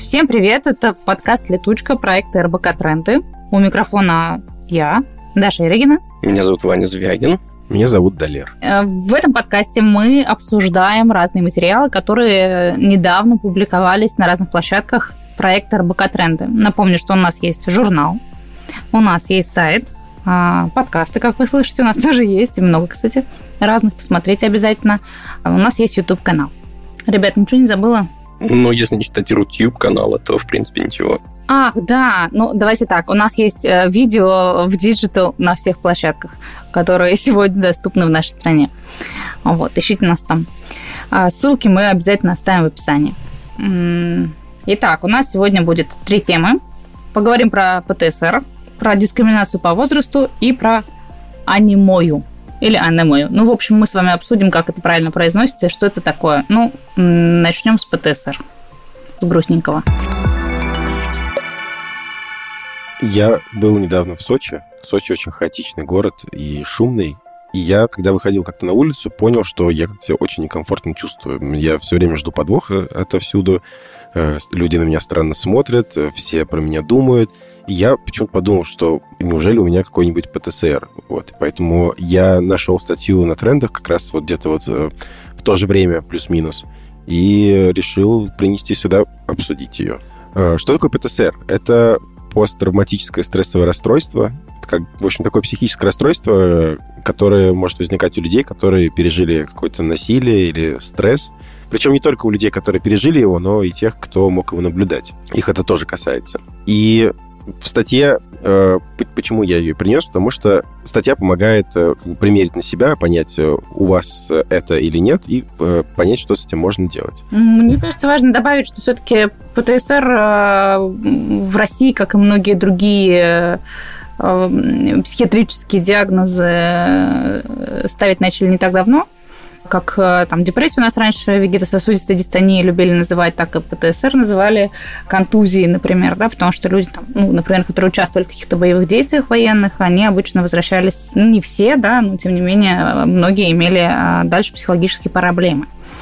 Всем привет, это подкаст «Летучка» проекта РБК Тренды. У микрофона я, Даша Ерыгина. Меня зовут Ваня Звягин. Меня зовут Далер. В этом подкасте мы обсуждаем разные материалы, которые недавно публиковались на разных площадках проекта РБК Тренды. Напомню, что у нас есть журнал, у нас есть сайт, подкасты, как вы слышите, у нас тоже есть, и много, кстати, разных, посмотрите обязательно. У нас есть YouTube-канал. Ребят, ничего не забыла? Ну, если не считать YouTube-канала, то, в принципе, ничего. Ах, да, ну давайте так, у нас есть видео в диджитал на всех площадках, которые сегодня доступны в нашей стране. Вот, ищите нас там. Ссылки мы обязательно оставим в описании. Итак, у нас сегодня будет 3 темы. Поговорим про ПТСР, про дискриминацию по возрасту и про анемою. Или анемою. Ну, в общем, мы с вами обсудим, как это правильно произносится и что это такое. Ну, начнем с ПТСР, с грустненького. Я был недавно в Сочи. Сочи очень хаотичный город и шумный. И я, когда выходил как-то на улицу, понял, что я как-то себя очень некомфортно чувствую. Я все время жду подвоха отовсюду. Люди на меня странно смотрят, все про меня думают. И я почему-то подумал, что неужели у меня какой-нибудь ПТСР. Вот. Поэтому я нашел статью на трендах как раз вот где-то вот в то же время, плюс-минус, и решил принести сюда, обсудить ее. Что такое ПТСР? Это посттравматическое стрессовое расстройство. Как, в общем, такое психическое расстройство, которое может возникать у людей, которые пережили какое-то насилие или стресс. Причем не только у людей, которые пережили его, но и тех, кто мог его наблюдать. Их это тоже касается. И в статье, почему я ее принес, потому что статья помогает примерить на себя, понять, у вас это или нет, и понять, что с этим можно делать. Мне кажется, важно добавить, что все-таки ПТСР в России, как и многие другие психиатрические диагнозы, ставить начали не так давно. Как там депрессию у нас раньше вегетососудистой дистонии любили называть, так и ПТСР называли контузией, например, да, потому что люди, там, ну, например, которые участвовали в каких-то боевых действиях военных, они обычно возвращались, ну, не все, да, но тем не менее многие имели дальше психологические проблемы.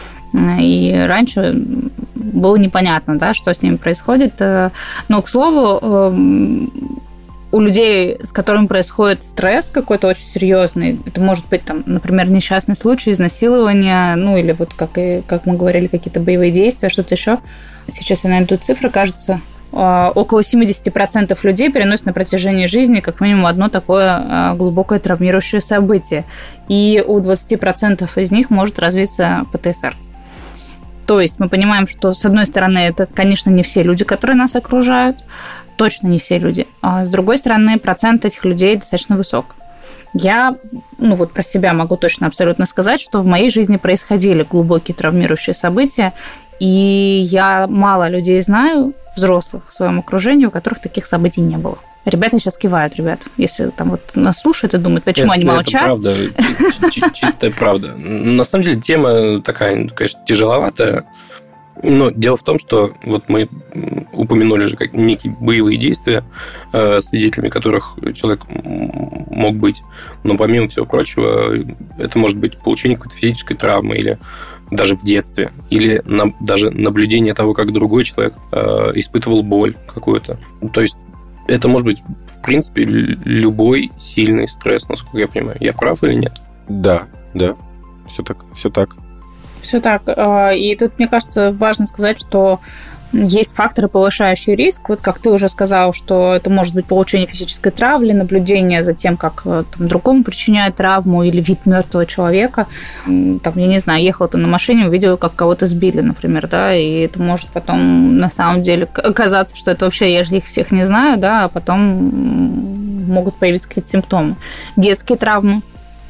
И раньше было непонятно, да, что с ними происходит. Но, к слову, у людей, с которыми происходит стресс какой-то очень серьезный, это может быть, там, например, несчастный случай, изнасилование, ну или вот, как мы говорили, какие-то боевые действия, что-то еще. Сейчас я найду цифры, кажется, около 70% людей переносят на протяжении жизни как минимум одно такое глубокое травмирующее событие. И у 20% из них может развиться ПТСР. То есть мы понимаем, что, с одной стороны, это, конечно, не все люди, которые нас окружают, точно не все люди. А с другой стороны, процент этих людей достаточно высок. Я, ну вот про себя могу точно абсолютно сказать, что в моей жизни происходили глубокие травмирующие события, и я мало людей знаю, взрослых в своем окружении, у которых таких событий не было. Ребята сейчас кивают, ребят, если там вот нас слушают и думают, почему они молчат. Это правда, чистая правда. На самом деле тема такая, конечно, тяжеловатая. Но дело в том, что вот мы упомянули же как некие боевые действия, свидетелями которых человек мог быть. Но помимо всего прочего, это может быть получение какой-то физической травмы или даже в детстве, или даже наблюдение того, как другой человек испытывал боль какую-то. То есть это может быть, в принципе, любой сильный стресс, насколько я понимаю. Я прав или нет? Да, все так. Все так. И тут, мне кажется, важно сказать, что есть факторы, повышающие риск. Вот как ты уже сказал, что это может быть получение физической травмы, наблюдение за тем, как там, другому причиняют травму или вид мертвого человека. Там, я не знаю, ехал ты на машине, увидел, как кого-то сбили, например, да, и это может потом на самом деле оказаться, что это вообще я же их всех не знаю, да, а потом могут появиться какие-то симптомы. Детские травмы.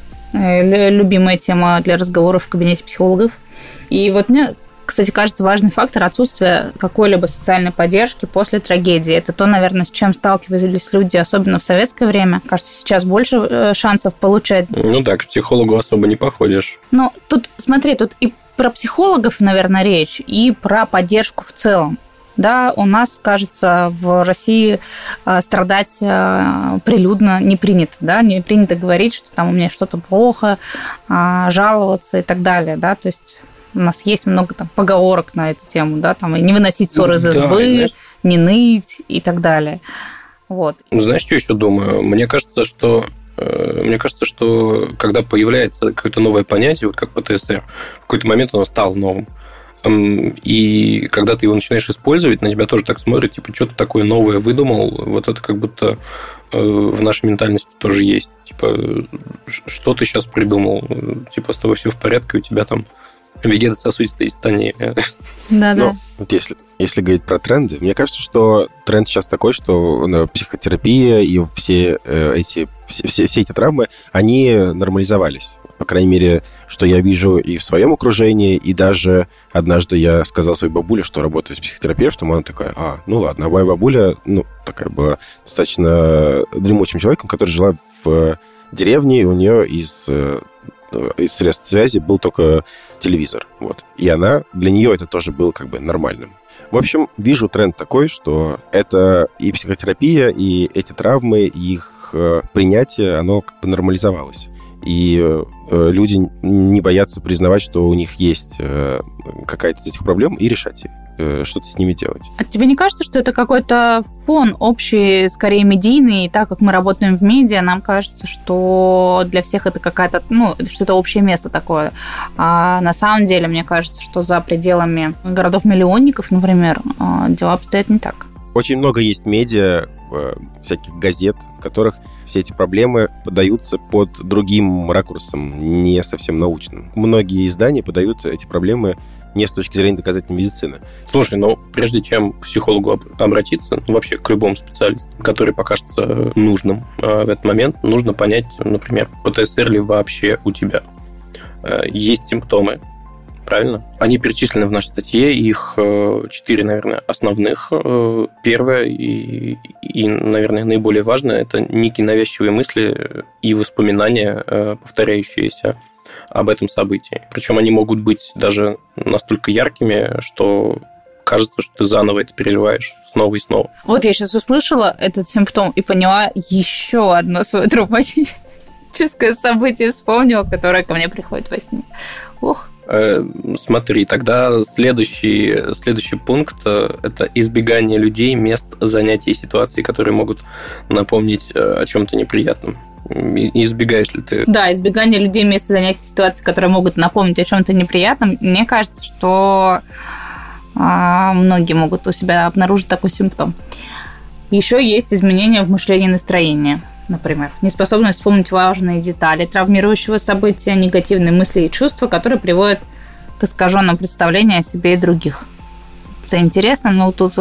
Любимая тема для разговоров в кабинете психологов. И вот мне, кстати, кажется, важный фактор отсутствия какой-либо социальной поддержки после трагедии. Это то, наверное, с чем сталкивались люди, особенно в советское время. Кажется, сейчас больше шансов получать. Ну да, к психологу особо не походишь. Но тут, смотри, тут и про психологов, наверное, речь, и про поддержку в целом. Да, у нас, кажется, в России страдать прилюдно не принято, да, не принято говорить, что там у меня что-то плохо, жаловаться и так далее, да, то есть У нас есть много там поговорок на эту тему, да, там и не выносить ссоры из избы, не ныть и так далее. Вот. Знаешь, что еще думаю? Мне кажется, что когда появляется какое-то новое понятие, вот как ПТСР, в какой-то момент оно стало новым. И когда ты его начинаешь использовать, на тебя тоже так смотрят, типа, что ты такое новое выдумал, вот это как будто в нашей ментальности тоже есть. Типа, что ты сейчас придумал? Типа, с тобой все в порядке, у тебя там вегетососудистая дистония. Да. Вот если говорить про тренды, мне кажется, что тренд сейчас такой, что психотерапия и все эти травмы, они нормализовались. По крайней мере, что я вижу и в своем окружении, и даже однажды я сказал своей бабуле, что работаю с психотерапевтом, она такая, ну ладно, а моя бабуля, такая была достаточно дремучим человеком, который жила в деревне, и у нее из средств связи был только телевизор. Вот. И для нее это тоже было как бы нормальным. В общем, вижу тренд такой, что это и психотерапия, и эти травмы, и их принятие, оно как бы нормализовалось. И люди не боятся признавать, что у них есть какая-то из этих проблем, и решать что-то с ними делать. А тебе не кажется, что это какой-то фон общий, скорее медийный, и так как мы работаем в медиа, нам кажется, что для всех это какая-то, что это общее место такое. А на самом деле, мне кажется, что за пределами городов-миллионников, например, дела обстоят не так. Очень много есть медиа, всяких газет, в которых все эти проблемы подаются под другим ракурсом, не совсем научным. Многие издания подают эти проблемы не с точки зрения доказательной медицины. Слушай, прежде чем к психологу обратиться, вообще к любому специалисту, который покажется нужным в этот момент, нужно понять, например, ПТСР ли вообще у тебя. Есть симптомы, правильно? Они перечислены в нашей статье, их 4, наверное, основных. Первое и, наверное, наиболее важное – это некие навязчивые мысли и воспоминания, повторяющиеся об этом событии. Причем они могут быть даже настолько яркими, что кажется, что ты заново это переживаешь снова и снова. Вот я сейчас услышала этот симптом и поняла еще одно свое травматическое событие, вспомнила, которое ко мне приходит во сне. Ох. Смотри, тогда следующий пункт – это избегание людей, мест, занятий и ситуаций, которые могут напомнить о чем-то неприятном. Избегаешь ли ты? Да, избегание людей, мест, занятий, ситуаций, которые могут напомнить о чем-то неприятном. Мне кажется, что многие могут у себя обнаружить такой симптом. Еще есть изменения в мышлении и настроении. Например, неспособность вспомнить важные детали травмирующего события, негативные мысли и чувства, которые приводят к искаженному представлению о себе и других. Это интересно, но тут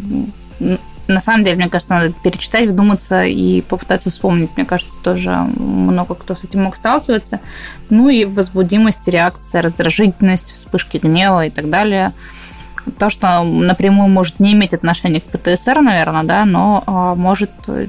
на самом деле, мне кажется, надо перечитать, вдуматься и попытаться вспомнить. Мне кажется, тоже много кто с этим мог сталкиваться. И возбудимость, реакция, раздражительность, вспышки гнева и так далее. То, что напрямую может не иметь отношения к ПТСР, наверное, да, но может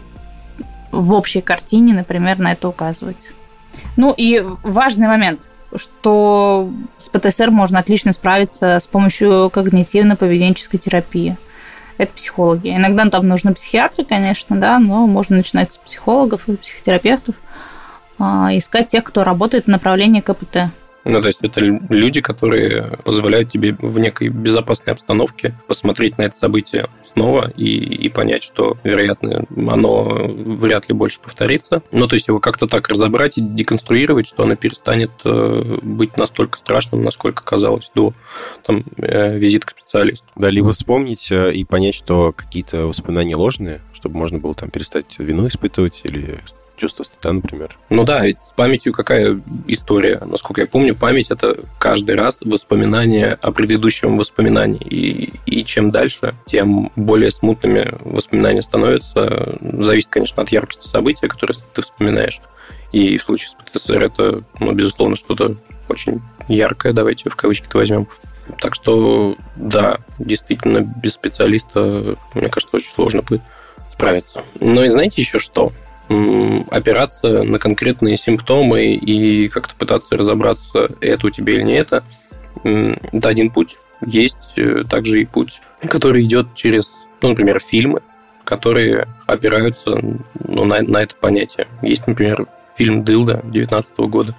в общей картине, например, на это указывать. И важный момент, что с ПТСР можно отлично справиться с помощью когнитивно-поведенческой терапии. Это психологи. Иногда там нужны психиатры, конечно, да, но можно начинать с психологов и психотерапевтов, искать тех, кто работает в направлении КПТ. То есть это люди, которые позволяют тебе в некой безопасной обстановке посмотреть на это событие снова и понять, что, вероятно, оно вряд ли больше повторится. То есть его как-то так разобрать и деконструировать, что оно перестанет быть настолько страшным, насколько казалось до визита к специалисту. Да, либо вспомнить и понять, что какие-то воспоминания ложные, чтобы можно было перестать вину испытывать или чувство стыда, например. Ведь с памятью какая история? Насколько я помню, память – это каждый раз воспоминание о предыдущем воспоминании. И чем дальше, тем более смутными воспоминания становятся. Зависит, конечно, от яркости события, которое ты вспоминаешь. И в случае с ПТСР это, безусловно, что-то очень яркое, давайте в кавычки-то возьмем. Так что, да, действительно, без специалиста, мне кажется, очень сложно будет справиться. И знаете еще что? Опираться на конкретные симптомы и как-то пытаться разобраться, это у тебя или не это один путь. Есть также и путь, который идет через, например, фильмы, которые опираются на это понятие. Есть, например, фильм «Дылда» 2019 года,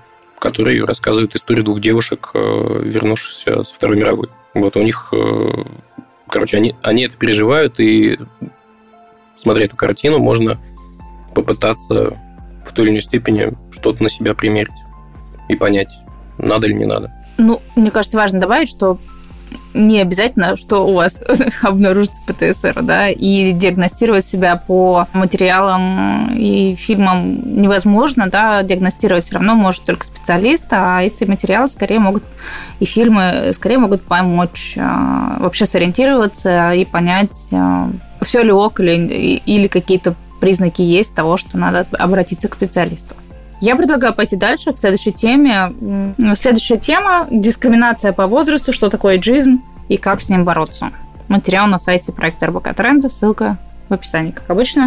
которой рассказывают историю двух девушек, вернувшихся со Второй мировой. Вот у них... Короче, они это переживают, и, смотря эту картину, можно попытаться в той или иной степени что-то на себя примерить и понять, надо или не надо. Ну, мне кажется, важно добавить, что не обязательно, что у вас обнаружится ПТСР, да, и диагностировать себя по материалам и фильмам невозможно, да, диагностировать все равно может только специалист, а эти материалы скорее могут, и фильмы скорее могут помочь вообще сориентироваться и понять, все ли ок или какие-то признаки есть того, что надо обратиться к специалисту. Я предлагаю пойти дальше, к следующей теме. Следующая тема – дискриминация по возрасту, что такое эйджизм и как с ним бороться. Материал на сайте проекта РБК Тренды, ссылка в описании, как обычно.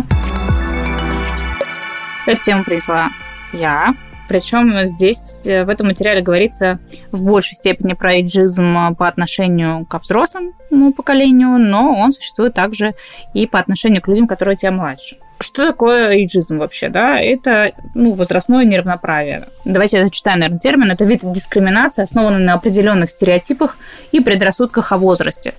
Эту тему принесла я. Причем здесь, в этом материале, говорится в большей степени про эйджизм по отношению ко взрослому поколению, но он существует также и по отношению к людям, которые тебя младше. Что такое эйджизм вообще? Да? Это возрастное неравноправие. Давайте я зачитаю, наверное, термин. Это вид дискриминации, основанный на определенных стереотипах и предрассудках о возрасте.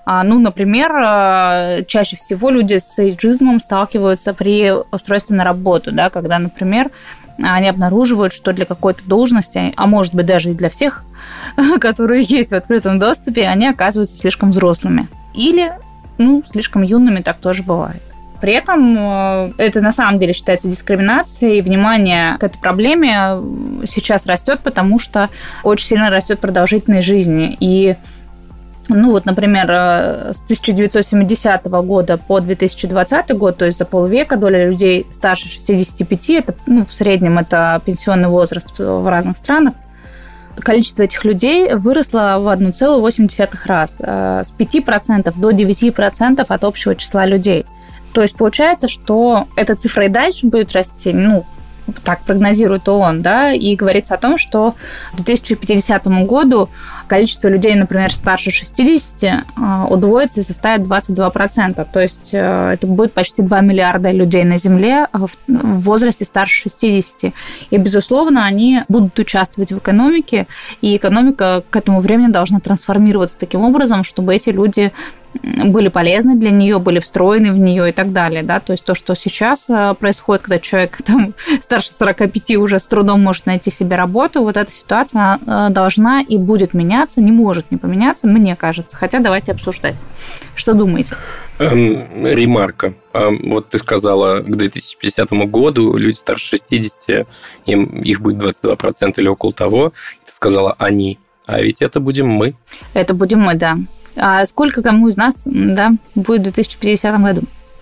Например, чаще всего люди с эйджизмом сталкиваются при устройстве на работу, да, когда, например, они обнаруживают, что для какой-то должности, а может быть даже и для всех, которые есть в открытом доступе, они оказываются слишком взрослыми. Или, слишком юными, так тоже бывает. При этом это на самом деле считается дискриминацией, и внимание к этой проблеме сейчас растет, потому что очень сильно растет продолжительность жизни. И, например, с 1970 года по 2020 год, то есть за полвека, доля людей старше 65, это, в среднем это пенсионный возраст в разных странах, количество этих людей выросло в 1,8 раз, с 5% до 9% от общего числа людей. То есть получается, что эта цифра и дальше будет расти, так прогнозирует ООН, да, и говорится о том, что к 2050 году количество людей, например, старше 60, удвоится и составит 22%. То есть это будет почти 2 миллиарда людей на Земле в возрасте старше 60. И, безусловно, они будут участвовать в экономике, и экономика к этому времени должна трансформироваться таким образом, чтобы эти люди были полезны для нее, были встроены в нее и так далее, да, то есть то, что сейчас происходит, когда человек старше 45 уже с трудом может найти себе работу, вот эта ситуация должна и будет меняться, не может не поменяться, мне кажется, хотя давайте обсуждать. Что думаете? Ремарка. Вот ты сказала, к 2050 году люди старше 60, их будет 22% или около того, ты сказала «они», а ведь это будем мы. Это будем мы, да. А сколько кому из нас, да, будет в 2050 году?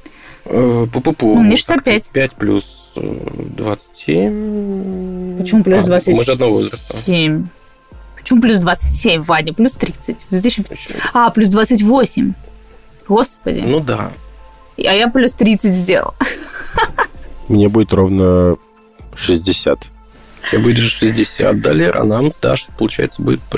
Мне 65. 5 плюс 27. Почему плюс 27? Мы же одного возраста. Почему плюс 27, Ваня? Плюс 30. Плюс 28. Господи. Ну да. А я плюс 30 сделал. Мне будет ровно 60. Тебе будет 60 далее, а нам, Даша, получается, будет по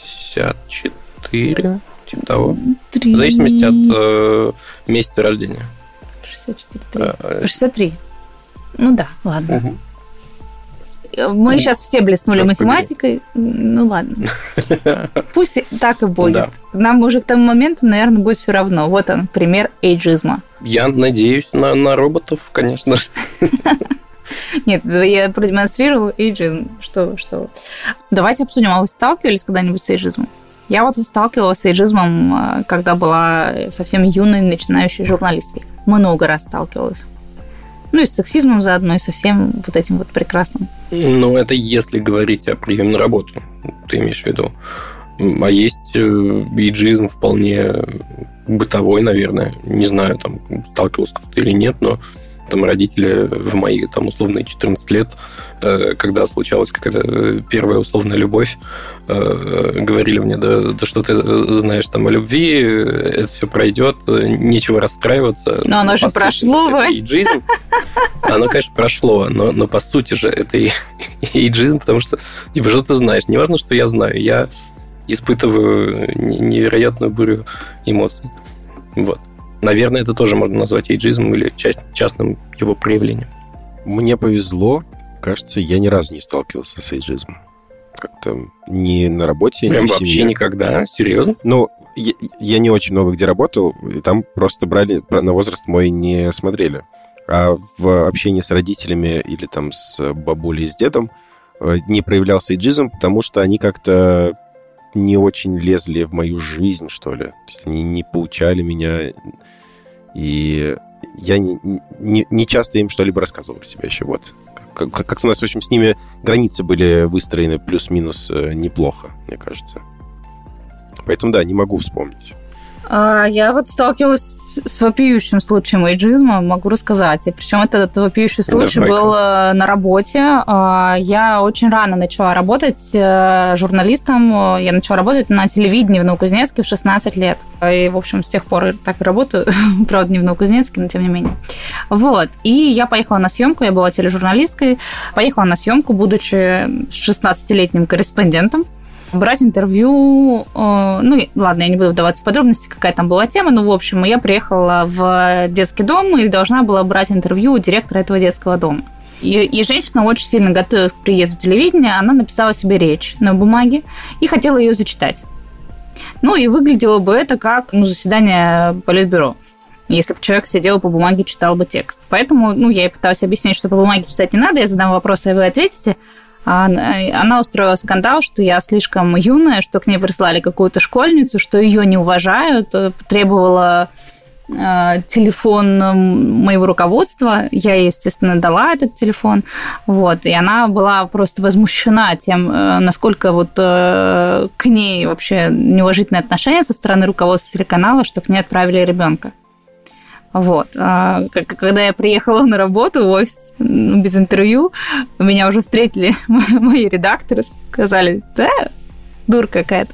64. Типа того. 3. В зависимости от месяца рождения. 64. 63. Ну да, ладно. Угу. Мы сейчас все блеснули математикой. Ну ладно. Пусть так и будет. Да. Нам уже к тому моменту, наверное, будет все равно. Вот он, пример эйджизма. Я надеюсь на роботов, конечно же. Нет, я продемонстрировала эйджизм. Что? Давайте обсудим, а вы сталкивались когда-нибудь с эйджизмом? Я вот сталкивалась с эйджизмом, когда была совсем юной начинающей журналисткой. Много раз сталкивалась. И с сексизмом заодно, и со всем вот этим вот прекрасным. Это если говорить о приеме на работу, ты имеешь в виду. А есть эйджизм вполне бытовой, наверное. Не знаю, сталкивался кто-то или нет, но родители в мои, условные 14 лет, когда случалась какая-то первая условная любовь, говорили мне, да что ты знаешь о любви, это все пройдет, нечего расстраиваться. Но оно же прошло, Вань. Эйджизм. Оно, конечно, прошло, но по сути же это эйджизм, потому что, что ты знаешь. Не важно, что я знаю, я испытываю невероятную бурю эмоций. Вот. Наверное, это тоже можно назвать эйджизмом или частным его проявлением. Мне повезло. Кажется, я ни разу не сталкивался с эйджизмом. Как-то не на работе, Прям не в вообще семье. никогда? Серьезно? Ну, я не очень много где работал, и там просто брали, на возраст мой не смотрели. А в общении с родителями или там с бабулей, с дедом не проявлялся эйджизм, потому что они как-то не очень лезли в мою жизнь, что ли. То есть они не поучали меня, и я не часто им что-либо рассказывал про себя еще. Вот. Как-то у нас, в общем, с ними границы были выстроены плюс-минус неплохо, мне кажется. Поэтому, да, не могу вспомнить. Я вот сталкивалась с вопиющим случаем эйджизма, могу рассказать. И причем этот вопиющий случай был на работе. Я очень рано начала работать журналистом. Я начала работать на телевидении в Новокузнецке в 16 лет. И, в общем, с тех пор так и работаю. Правда, не в Новокузнецке, но тем не менее. Вот. И я поехала на съемку, я была тележурналисткой. Поехала на съемку, будучи 16-летним корреспондентом. Брать интервью, ну, ладно, я не буду вдаваться в подробности, какая там была тема, но, в общем, я приехала в детский дом и должна была брать интервью у директора этого детского дома. И женщина очень сильно готовилась к приезду телевидения, она написала себе речь на бумаге и хотела ее зачитать. Ну, и выглядело бы это как заседание политбюро, если бы человек сидел по бумаге и читал бы текст. Поэтому, я ей пыталась объяснить, что по бумаге читать не надо, я задам вопрос, и вы ответите. Она устроила скандал, что я слишком юная, что к ней прислали какую-то школьницу, что ее не уважают, требовала телефон моего руководства. Я ей, естественно, дала этот телефон. Вот. И она была просто возмущена тем, насколько вот к ней вообще неуважительное отношение со стороны руководства телеканала, что к ней отправили ребенка. Вот. Когда я приехала на работу в офис без интервью, меня уже встретили мои редакторы, сказали: да, дур какая-то,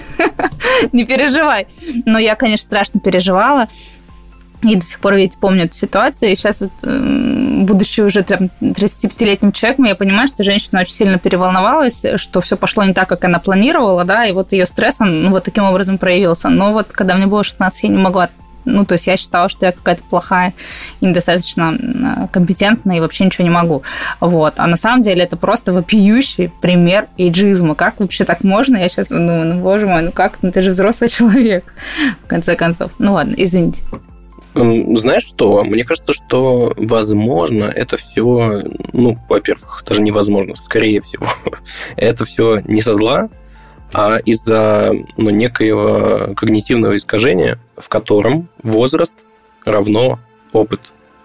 не переживай. Но я, конечно, страшно переживала. И до сих пор, ведь помню эту ситуацию. И сейчас, вот, будучи уже 35-летним человеком, я понимаю, что женщина очень сильно переволновалась, что все пошло не так, как она планировала, да, и вот ее стресс, он вот таким образом проявился. Но вот когда мне было 16, я не могла. То есть я считала, что я какая-то плохая и недостаточно компетентная и вообще ничего не могу. Вот. А на самом деле это просто вопиющий пример эйджизма. Как вообще так можно? Я сейчас, боже мой, как? Ты же взрослый человек, в конце концов. Ладно, извините. Знаешь что? Мне кажется, что, возможно, это все, во-первых, даже невозможно, скорее всего, это все не со зла, а из-за некоего когнитивного искажения, в котором возраст равно опыт.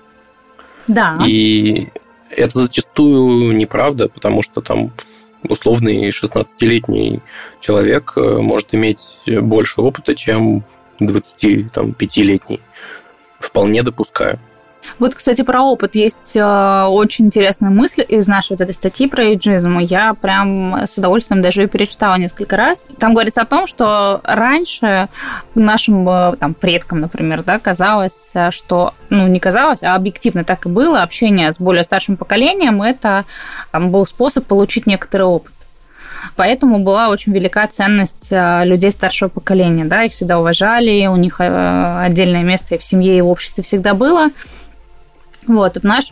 Да. И это зачастую неправда, потому что там условный 16-летний человек может иметь больше опыта, чем 25-летний. Вполне допускаю. Вот, кстати, про опыт есть очень интересная мысль из нашей вот этой статьи про эйджизм. Я прям с удовольствием даже ее перечитала несколько раз. Там говорится о том, что раньше нашим предкам, например, да, казалось, что, не казалось, а объективно так и было, общение с более старшим поколением – это был способ получить некоторый опыт. Поэтому была очень велика ценность людей старшего поколения. Да, их всегда уважали, у них отдельное место и в семье, и в обществе всегда было. Вот. В наш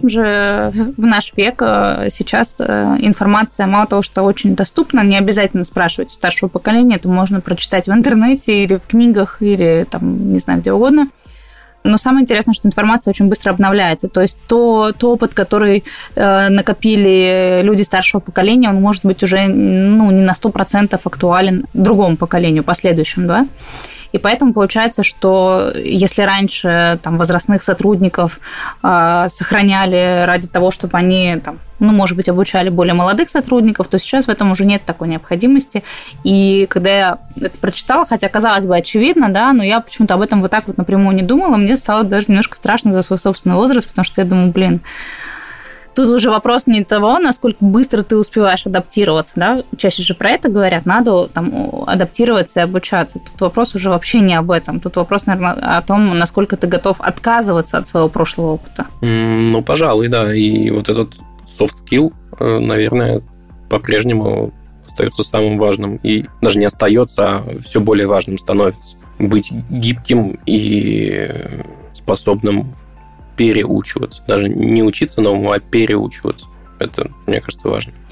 век сейчас информация, мало того, что очень доступна, не обязательно спрашивать у старшего поколения, это можно прочитать в интернете или в книгах, или не знаю, где угодно. Но самое интересное, что информация очень быстро обновляется. То есть тот опыт, который накопили люди старшего поколения, он может быть уже не на 100% актуален другому поколению, последующему, да? И поэтому получается, что если раньше возрастных сотрудников сохраняли ради того, чтобы они, может быть, обучали более молодых сотрудников, то сейчас в этом уже нет такой необходимости. И когда я это прочитала, хотя, казалось бы, очевидно, да, но я почему-то об этом вот так вот напрямую не думала, мне стало даже немножко страшно за свой собственный возраст, потому что я думаю, тут уже вопрос не того, насколько быстро ты успеваешь адаптироваться, да, чаще же про это говорят, надо адаптироваться и обучаться. Тут вопрос уже вообще не об этом. Тут вопрос, наверное, о том, насколько ты готов отказываться от своего прошлого опыта. Пожалуй, да. И вот этот soft skill, наверное, по-прежнему остается самым важным. И даже не остается, а все более важным становится. Быть гибким и способным переучиваться. Даже не учиться новому, а переучиваться. Это, мне кажется, важно.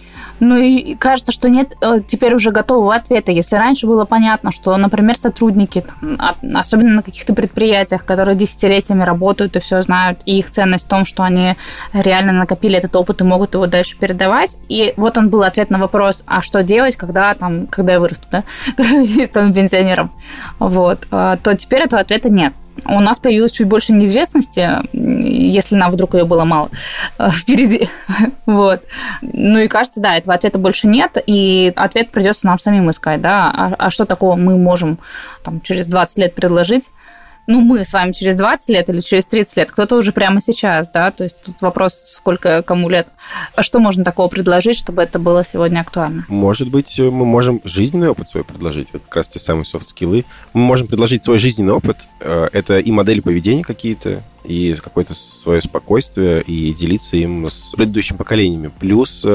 Ну и кажется, что нет теперь уже готового ответа. Если раньше было понятно, что, например, сотрудники, особенно на каких-то предприятиях, которые десятилетиями работают и все знают, и их ценность в том, что они реально накопили этот опыт и могут его дальше передавать. И вот он был ответ на вопрос, а что делать, когда я вырасту, да, и стану пенсионером. Вот. То теперь этого ответа нет. У нас появилось чуть больше неизвестности, если нам вдруг ее было мало впереди. Вот. Ну и кажется, да, этого ответа больше нет, и ответ придется нам самим искать, да, а что такого мы можем там, через 20 лет предложить. Ну, мы с вами через 20 лет или через 30 лет, кто-то уже прямо сейчас, да, то есть тут вопрос, сколько кому лет. А что можно такого предложить, чтобы это было сегодня актуально? Может быть, мы можем жизненный опыт свой предложить, это как раз те самые софт-скиллы. Мы можем предложить свой жизненный опыт, это и модели поведения какие-то, и какое-то свое спокойствие, и делиться им с предыдущими поколениями. Плюс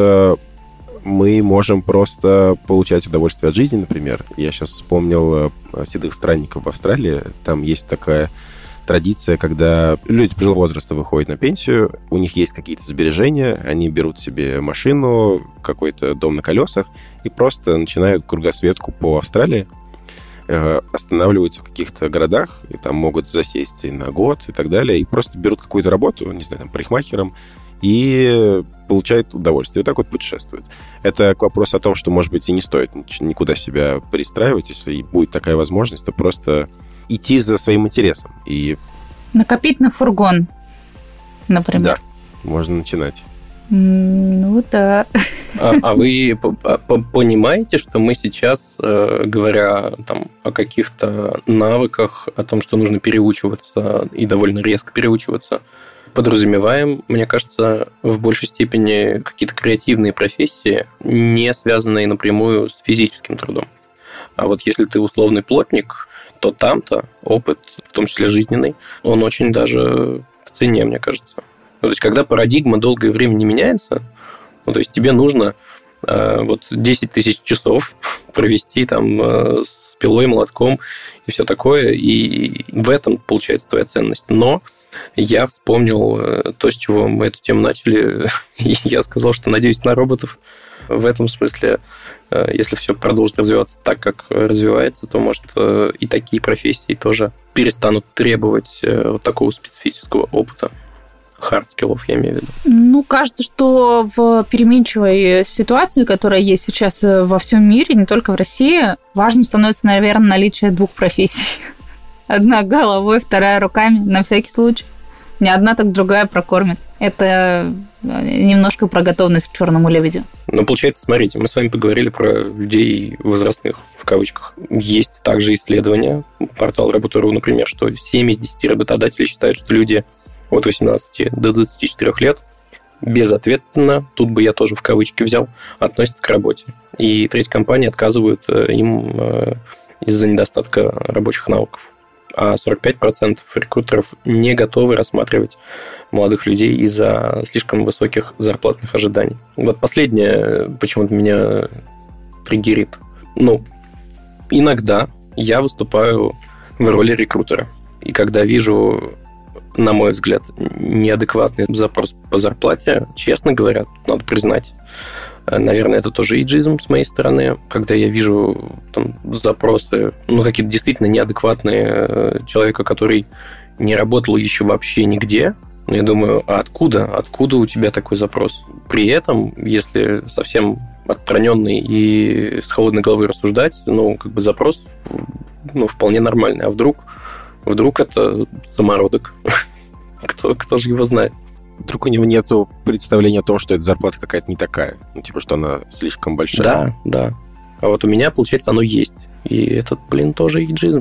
мы можем просто получать удовольствие от жизни, например. Я сейчас вспомнил «Седых странников» в Австралии. Там есть такая традиция, когда люди пожилого возраста выходят на пенсию, у них есть какие-то сбережения, они берут себе машину, какой-то дом на колесах и просто начинают кругосветку по Австралии, останавливаются в каких-то городах, и там могут засесть и на год, и так далее, и просто берут какую-то работу, не знаю, там, парикмахером, и получают удовольствие. И вот так вот путешествуют. Это к вопросу о том, что, может быть, и не стоит никуда себя пристраивать. Если будет такая возможность, то просто идти за своим интересом. И... накопить на фургон, например. Да, можно начинать. Ну да. А вы понимаете, что мы сейчас, говоря там, о каких-то навыках, о том, что нужно переучиваться и довольно резко переучиваться, подразумеваем, мне кажется, в большей степени какие-то креативные профессии, не связанные напрямую с физическим трудом. А вот если ты условный плотник, то там-то опыт, в том числе жизненный, он очень даже в цене, мне кажется. То есть, когда парадигма долгое время не меняется, то есть тебе нужно 10 тысяч часов провести там с пилой, молотком и все такое, и в этом получается твоя ценность. Но я вспомнил то, с чего мы эту тему начали, и я сказал, что надеюсь на роботов. В этом смысле, если все продолжит развиваться так, как развивается, то, может, и такие профессии тоже перестанут требовать вот такого специфического опыта. Хард-скиллов, я имею в виду. Ну, кажется, что в переменчивой ситуации, которая есть сейчас во всем мире, не только в России, важным становится, наверное, наличие двух профессий. Одна головой, вторая руками, на всякий случай. Не одна, так другая прокормит. Это немножко про готовность к черному лебедю. Ну, получается, смотрите, мы с вами поговорили про людей возрастных, в кавычках. Есть также исследования, портал Работа.ру, например, что 7 из 10 работодателей считают, что люди от 18 до 24 лет безответственно, тут бы я тоже в кавычки взял, относятся к работе. И треть компаний отказывают им из-за недостатка рабочих навыков. А 45% рекрутеров не готовы рассматривать молодых людей из-за слишком высоких зарплатных ожиданий. Вот последнее почему-то меня триггерит. Ну, иногда я выступаю в роли рекрутера. И когда вижу, на мой взгляд, неадекватный запрос по зарплате, честно говоря, надо признать, наверное, это тоже эйджизм с моей стороны, когда я вижу там запросы, какие-то действительно неадекватные человека, который не работал еще вообще нигде. Я думаю, а откуда у тебя такой запрос? При этом, если совсем отстраненный и с холодной головой рассуждать, запрос вполне нормальный. А вдруг это самородок? Кто же его знает? Вдруг у него нету представления о том, что эта зарплата какая-то не такая. Что она слишком большая. Да. А вот у меня, получается, оно есть. И этот, тоже эйджизм.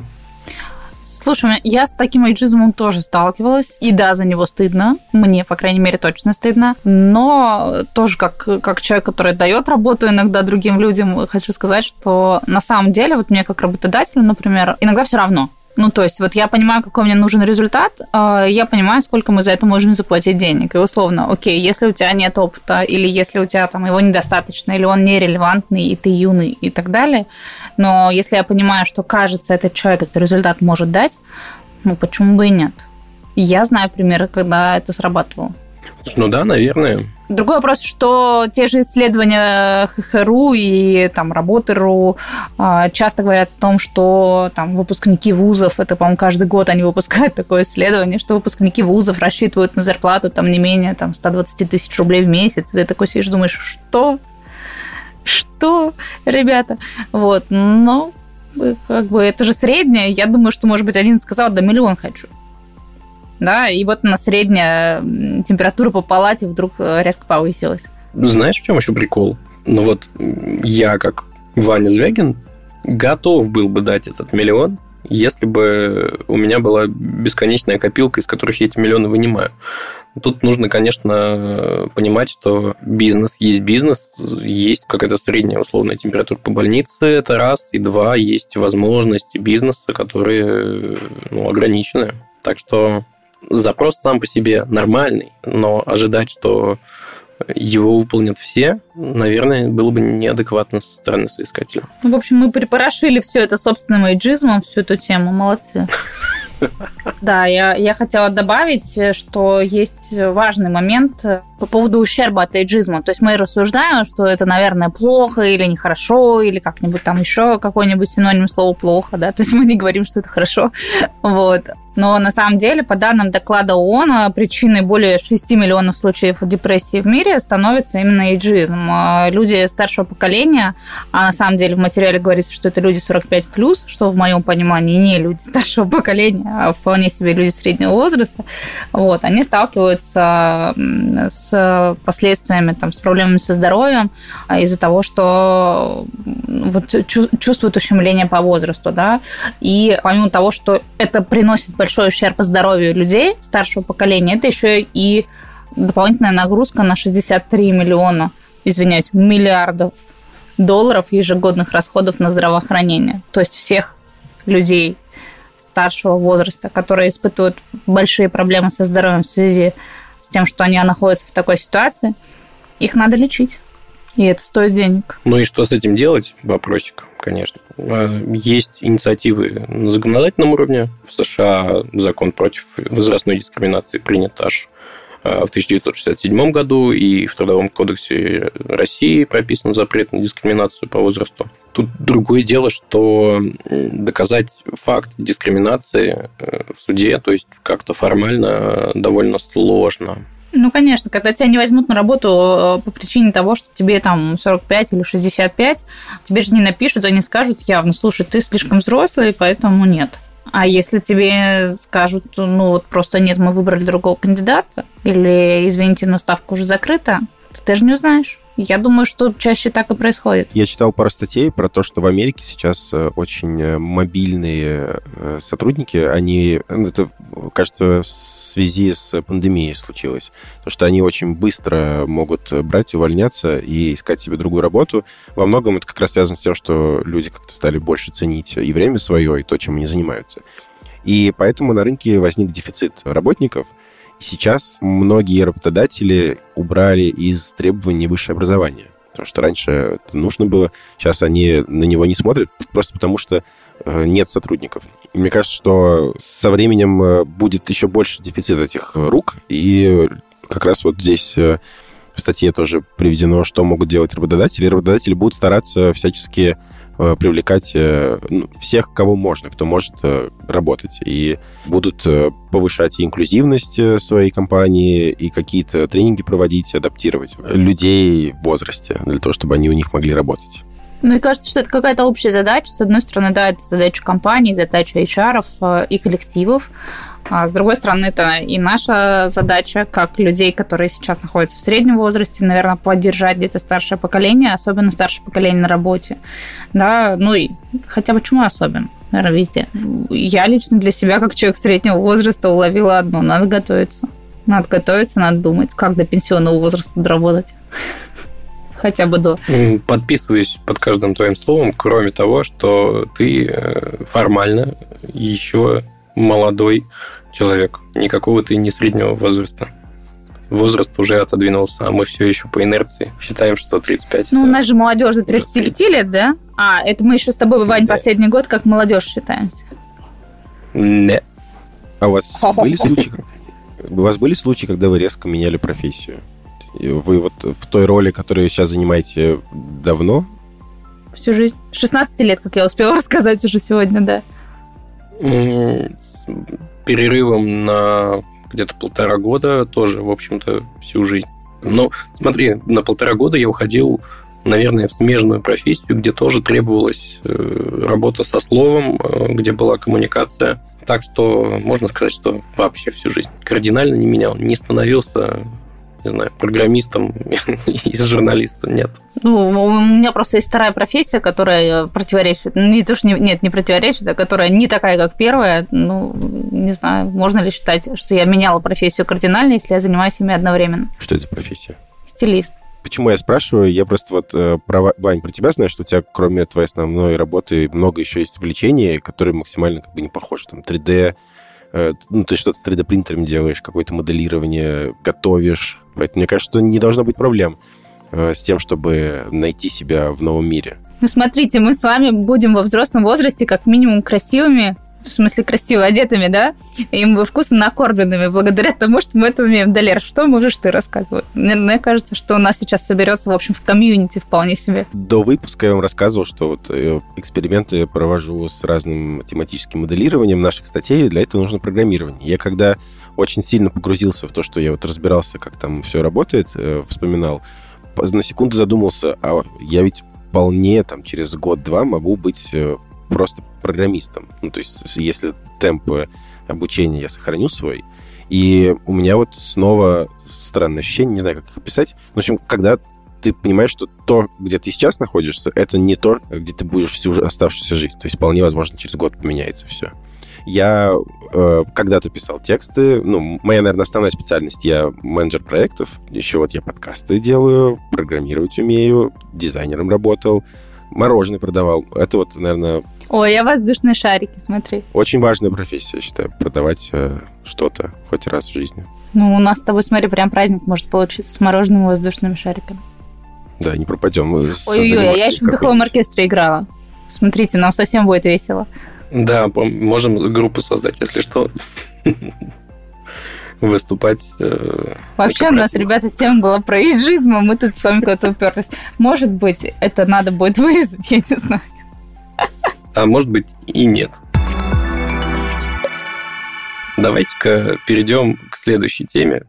Слушай, я с таким эйджизмом тоже сталкивалась. И да, за него стыдно. Мне, по крайней мере, точно стыдно. Но тоже как человек, который дает работу иногда другим людям, хочу сказать, что на самом деле, вот мне как работодателю, например, иногда все равно. То есть, вот я понимаю, какой мне нужен результат, я понимаю, сколько мы за это можем заплатить денег. И условно, окей, если у тебя нет опыта, или если у тебя там его недостаточно, или он нерелевантный, и ты юный, и так далее, но если я понимаю, что, кажется, этот человек этот результат может дать, почему бы и нет? Я знаю примеры, когда это срабатывало. Ну да, наверное. Другой вопрос, что те же исследования ХХРУ и там Работы.ру часто говорят о том, что там выпускники вузов, это, по-моему, каждый год они выпускают такое исследование, что выпускники вузов рассчитывают на зарплату там не менее там, 120 тысяч рублей в месяц. И ты такой сидишь, думаешь, что? Что, ребята? Вот, но как бы это же среднее. Я думаю, что, может быть, один сказал, да, 1 миллион хочу. Да, и вот на средняя температура по палате вдруг резко повысилась. Знаешь, в чем еще прикол? Ну вот я, как Ваня Звягин, готов был бы дать этот 1 миллион, если бы у меня была бесконечная копилка, из которых я эти миллионы вынимаю. Тут нужно, конечно, понимать, что бизнес, есть какая-то средняя условная температура по больнице, это раз, и два, есть возможности бизнеса, которые ограничены. Так что запрос сам по себе нормальный, но ожидать, что его выполнят все, наверное, было бы неадекватно со стороны соискателя. В общем, мы припорошили все это собственным эйджизмом, всю эту тему. Молодцы. Да, я хотела добавить, что есть важный момент по поводу ущерба от эйджизма. То есть мы рассуждаем, что это, наверное, плохо или нехорошо, или как-нибудь там еще какой-нибудь синоним слова «плохо», да, то есть мы не говорим, что это хорошо, вот. Но на самом деле, по данным доклада ООН, причиной более 6 миллионов случаев депрессии в мире становится именно эйджизм. Люди старшего поколения, а на самом деле в материале говорится, что это люди 45+, что в моем понимании не люди старшего поколения, а вполне себе люди среднего возраста, вот, они сталкиваются с последствиями, там, с проблемами со здоровьем из-за того, что вот, чувствуют ущемление по возрасту, да, и помимо того, что это приносит большой ущерб здоровью людей старшего поколения, это еще и дополнительная нагрузка на 63 миллиардов долларов ежегодных расходов на здравоохранение. То есть всех людей старшего возраста, которые испытывают большие проблемы со здоровьем в связи с тем, что они находятся в такой ситуации, их надо лечить. И это стоит денег. Ну и что с этим делать? Вопросик, конечно. Есть инициативы на законодательном уровне. В США закон против возрастной дискриминации принят аж в 1967 году, и в Трудовом кодексе России прописан запрет на дискриминацию по возрасту. Тут другое дело, что доказать факт дискриминации в суде, то есть как-то формально, довольно сложно. Ну, конечно, когда тебя не возьмут на работу по причине того, что тебе там 45 или 65, тебе же не напишут, они скажут явно, слушай, ты слишком взрослый, поэтому нет. А если тебе скажут, ну, вот просто нет, мы выбрали другого кандидата, или, извините, но ставка уже закрыта, то ты же не узнаешь. Я думаю, что чаще так и происходит. Я читал пару статей про то, что в Америке сейчас очень мобильные сотрудники, они, это, кажется, в связи с пандемией случилось, потому что они очень быстро могут брать, увольняться и искать себе другую работу. Во многом это как раз связано с тем, что люди как-то стали больше ценить и время свое, и то, чем они занимаются. И поэтому на рынке возник дефицит работников. И сейчас многие работодатели убрали из требований высшее образование. Потому что раньше это нужно было, сейчас они на него не смотрят, просто потому что нет сотрудников. И мне кажется, что со временем будет еще больше дефицит этих рук. И как раз вот здесь в статье тоже приведено, что могут делать работодатели. Работодатели будут стараться всячески привлекать всех, кого можно, кто может работать. И будут повышать и инклюзивность своей компании, и какие-то тренинги проводить, адаптировать людей в возрасте для того, чтобы они у них могли работать. Мне кажется, что это какая-то общая задача. С одной стороны, да, это задача компаний, задача HR и коллективов. А с другой стороны, это и наша задача, как людей, которые сейчас находятся в среднем возрасте, наверное, поддержать где-то старшее поколение, особенно старшее поколение на работе. Да, ну и хотя бы почему особенно? Наверное, везде. Я лично для себя, как человек среднего возраста, уловила одно. Надо готовиться. Надо думать, как до пенсионного возраста доработать. Хотя бы до. Подписываюсь под каждым твоим словом, кроме того, что ты формально еще молодой человек. Никакого ты не среднего возраста. Возраст уже отодвинулся, а мы все еще по инерции считаем, что 35. Ну, у нас же молодежь до 35 лет, да? А, это мы еще с тобой, Вань, последний год как молодежь считаемся. Не. А у вас были случаи? У вас были случаи, когда вы резко меняли профессию? Вы вот в той роли, которую сейчас занимаете, давно? Всю жизнь. 16 лет, как я успела рассказать уже сегодня, да. С перерывом на где-то 1,5 года тоже, в общем-то, всю жизнь. Но смотри, на 1,5 года я уходил, наверное, в смежную профессию, где тоже требовалась работа со словом, где была коммуникация. Так что можно сказать, что вообще всю жизнь кардинально не менял. Не становился, не знаю, программистом из журналиста, нет. Ну, у меня просто есть вторая профессия, которая противоречит. Не то, что не противоречит, а которая не такая, как первая. Ну, не знаю, можно ли считать, что я меняла профессию кардинально, если я занимаюсь ими одновременно. Что это профессия? Стилист. Почему я спрашиваю? Я просто вот, Вань, про тебя знаю, что у тебя, кроме твоей основной работы, много еще есть увлечений, которые максимально как бы не похожи. Там 3D, ну, ты что-то с 3D-принтером делаешь, какое-то моделирование, готовишь. Поэтому мне кажется, что не должно быть проблем с тем, чтобы найти себя в новом мире. Ну, смотрите, мы с вами будем во взрослом возрасте как минимум красивыми, в смысле красиво одетыми, да, и вкусно накормленными, благодаря тому, что мы это умеем. Далер, что можешь ты рассказывать? Мне кажется, что у нас сейчас соберется, в общем, в комьюнити вполне себе. До выпуска я вам рассказывал, что вот эксперименты провожу с разным тематическим моделированием наших статей, для этого нужно программирование. Я когда очень сильно погрузился в то, что я вот разбирался, как там все работает, вспоминал, на секунду задумался, а я ведь вполне там через год-два могу быть просто программистом. Ну, то есть, если темп обучения я сохраню свой. И у меня вот снова странное ощущение, не знаю, как их описать. В общем, когда ты понимаешь, что то, где ты сейчас находишься, это не то, где ты будешь всю оставшуюся жизнь. То есть, вполне возможно, через год поменяется все. Я когда-то писал тексты. Ну, моя, наверное, основная специальность. Я менеджер проектов. Еще вот я подкасты делаю, программировать умею, дизайнером работал, мороженое продавал. Это вот, наверное... Ой, я воздушные шарики, смотри. Очень важная профессия, я считаю, продавать что-то хоть раз в жизни. Ну, у нас с тобой, смотри, прям праздник может получиться с мороженым и воздушными шариками. Да, не пропадем. Ой-ой-ой, я еще в духовом оркестре играла. Смотрите, нам совсем будет весело. Да, можем группу создать, если что. Выступать. Вообще у нас, ребята, тема была про эйджизм, а мы тут с вами куда-то уперлись. Может быть, это надо будет вырезать, я не знаю. А может быть и нет. Давайте-ка перейдем к следующей теме.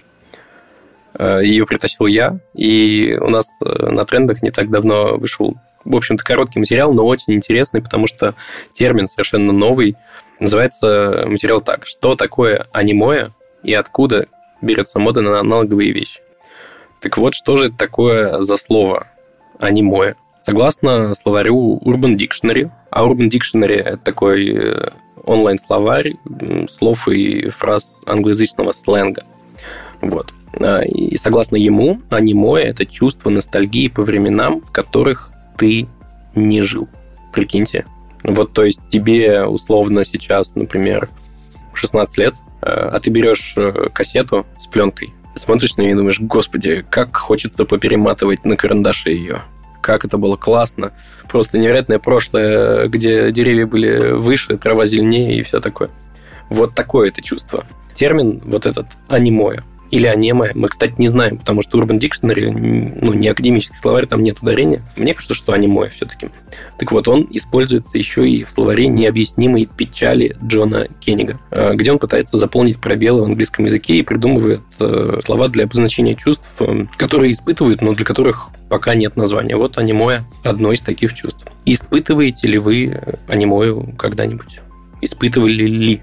Ее притащил я, и у нас на трендах не так давно вышел, в общем-то, короткий материал, но очень интересный, потому что термин совершенно новый. Называется материал так: что такое анимоэ и откуда берется мода на аналоговые вещи. Так вот, что же это такое за слово анимоэ? Согласно словарю Urban Dictionary, а Urban Dictionary – это такой онлайн-словарь слов и фраз англоязычного сленга. Вот. И согласно ему, анимоэ – это чувство ностальгии по временам, в которых ты не жил. Прикиньте. Вот, то есть тебе условно сейчас, например, 16 лет, а ты берешь кассету с пленкой, смотришь на нее и думаешь: господи, как хочется поперематывать на карандаше ее. Как это было классно. Просто невероятное прошлое, где деревья были выше, трава зеленее и все такое. Вот такое это чувство. Термин вот этот анимоэ или анемоэ мы, кстати, не знаем, потому что Urban Dictionary, ну, не академический словарь, там нет ударения. Мне кажется, что анимоэ все-таки. Так вот, он используется еще и в словаре «Необъяснимой печали» Джона Кеннига, где он пытается заполнить пробелы в английском языке и придумывает слова для обозначения чувств, которые испытывают, но для которых пока нет названия. Вот анимоэ – одно из таких чувств. Испытываете ли вы анимоэ когда-нибудь? Испытывали ли?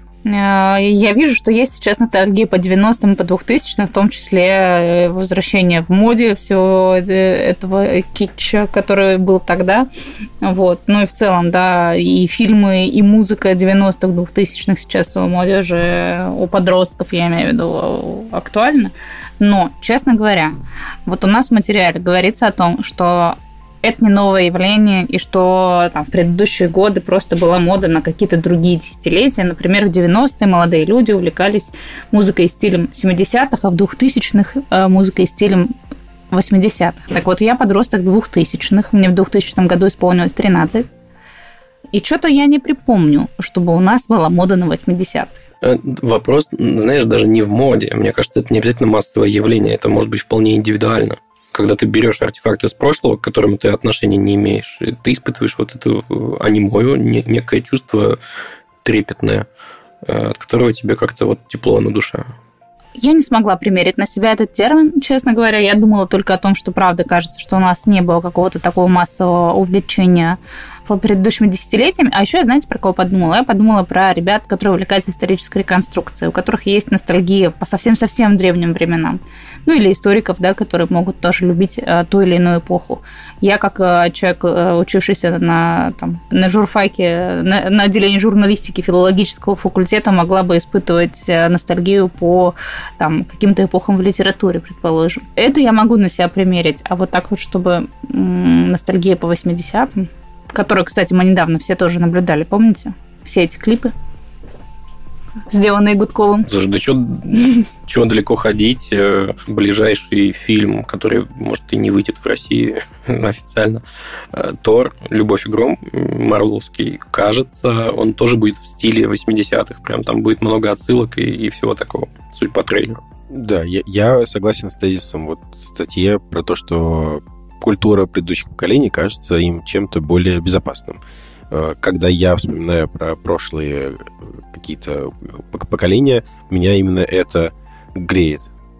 Я вижу, что есть сейчас ностальгия по 90-м и по 2000-м, в том числе возвращение в моде всего этого китча, который был тогда. Вот. Ну и в целом, да, и фильмы, и музыка 90-х, 2000-х сейчас у молодежи, у подростков, я имею в виду, актуальна. Но, честно говоря, вот у нас в материале говорится о том, что это не новое явление, и что там в предыдущие годы просто была мода на какие-то другие десятилетия. Например, в 90-е молодые люди увлекались музыкой и стилем 70-х, а в 2000-х музыкой и стилем 80-х. Так вот, я подросток 2000-х, мне в 2000 году исполнилось 13. И что-то я не припомню, чтобы у нас была мода на 80-е. Вопрос, знаешь, даже не в моде. Мне кажется, это не обязательно массовое явление. Это может быть вполне индивидуально. Когда ты берешь артефакт из прошлого, к которому ты отношения не имеешь, ты испытываешь вот это анимою, некое чувство трепетное, от которого тебе как-то вот тепло на душе. Я не смогла примерить на себя этот термин, честно говоря. Я думала только о том, что, правда, кажется, что у нас не было какого-то такого массового увлечения по предыдущим десятилетиям. А еще, знаете, про кого подумала? Я подумала про ребят, которые увлекаются исторической реконструкцией, у которых есть ностальгия по совсем-совсем древним временам. Ну, или историков, да, которые могут тоже любить ту или иную эпоху. Я, как человек, учившийся на журфаке, на отделении журналистики филологического факультета, могла бы испытывать ностальгию по каким-то эпохам в литературе, предположим. Это я могу на себя примерить. А вот так вот, чтобы ностальгия по 80-м, которую, кстати, мы недавно все тоже наблюдали, помните? Все эти клипы, сделанные Гудковым. Слушай, да чего далеко ходить? Ближайший фильм, который, может, и не выйдет в России официально, Тор, «Любовь и гром», марвеловский, кажется, он тоже будет в стиле 80-х. Прям там будет много отсылок и всего такого, судя по трейлеру. Да, я согласен с тезисом вот в статье про то, что культура предыдущих поколений кажется им чем-то более безопасным. Когда я вспоминаю про прошлые какие-то поколения, меня именно это греет.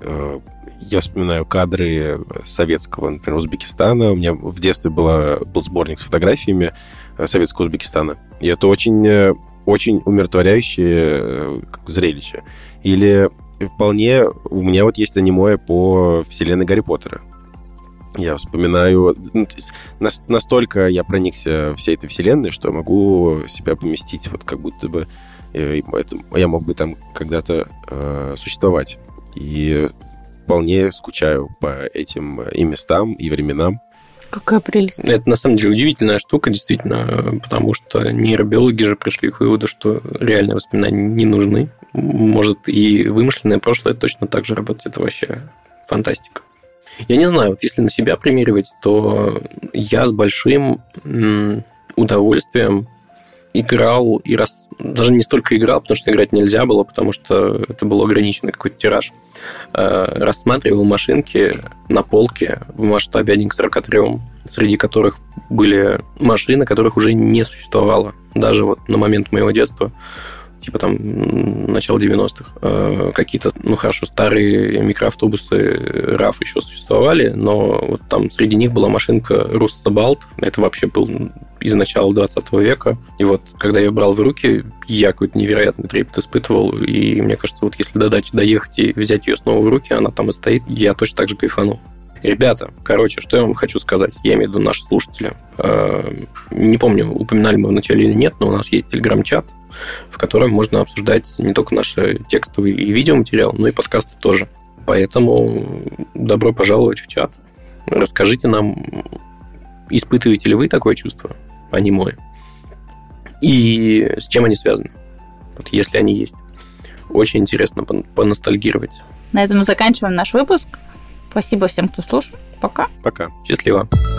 Я вспоминаю кадры советского, например, Узбекистана. У меня в детстве был сборник с фотографиями советского Узбекистана. И это очень, очень умиротворяющее зрелище. Или вполне у меня вот есть аниме по вселенной Гарри Поттера. Я вспоминаю... Настолько я проникся всей этой вселенной, что могу себя поместить, вот как будто бы я мог бы там когда-то существовать. И вполне скучаю по этим и местам, и временам. Какая прелесть. Это, на самом деле, удивительная штука, действительно, потому что нейробиологи же пришли к выводу, что реальные воспоминания не нужны. Может, и вымышленное прошлое точно так же работает. Это вообще фантастика. Я не знаю, вот если на себя примеривать, то я с большим удовольствием играл и даже не столько играл, потому что играть нельзя было, потому что это был ограниченный какой-то тираж. Рассматривал машинки на полке в масштабе 1:43, среди которых были машины, которых уже не существовало. Даже вот на момент моего детства, типа там начала 90-х, какие-то, хорошо, старые микроавтобусы RAV еще существовали, но вот там среди них была машинка Руссобалт. Это вообще был из начала 20 века. И вот, когда я брал в руки, я какой-то невероятный трепет испытывал. И мне кажется, вот если до дачи доехать и взять ее снова в руки, она там и стоит, я точно так же кайфанул. Ребята, что я вам хочу сказать, я имею в виду наши слушатели. Не помню, упоминали мы вначале или нет, но у нас есть телеграм-чат, в котором можно обсуждать не только наши текстовые и видеоматериалы, но и подкасты тоже. Поэтому добро пожаловать в чат. Расскажите нам, испытываете ли вы такое чувство аниме? И с чем они связаны? Вот если они есть. Очень интересно поностальгировать. На этом мы заканчиваем наш выпуск. Спасибо всем, кто слушал. Пока. Пока. Счастливо.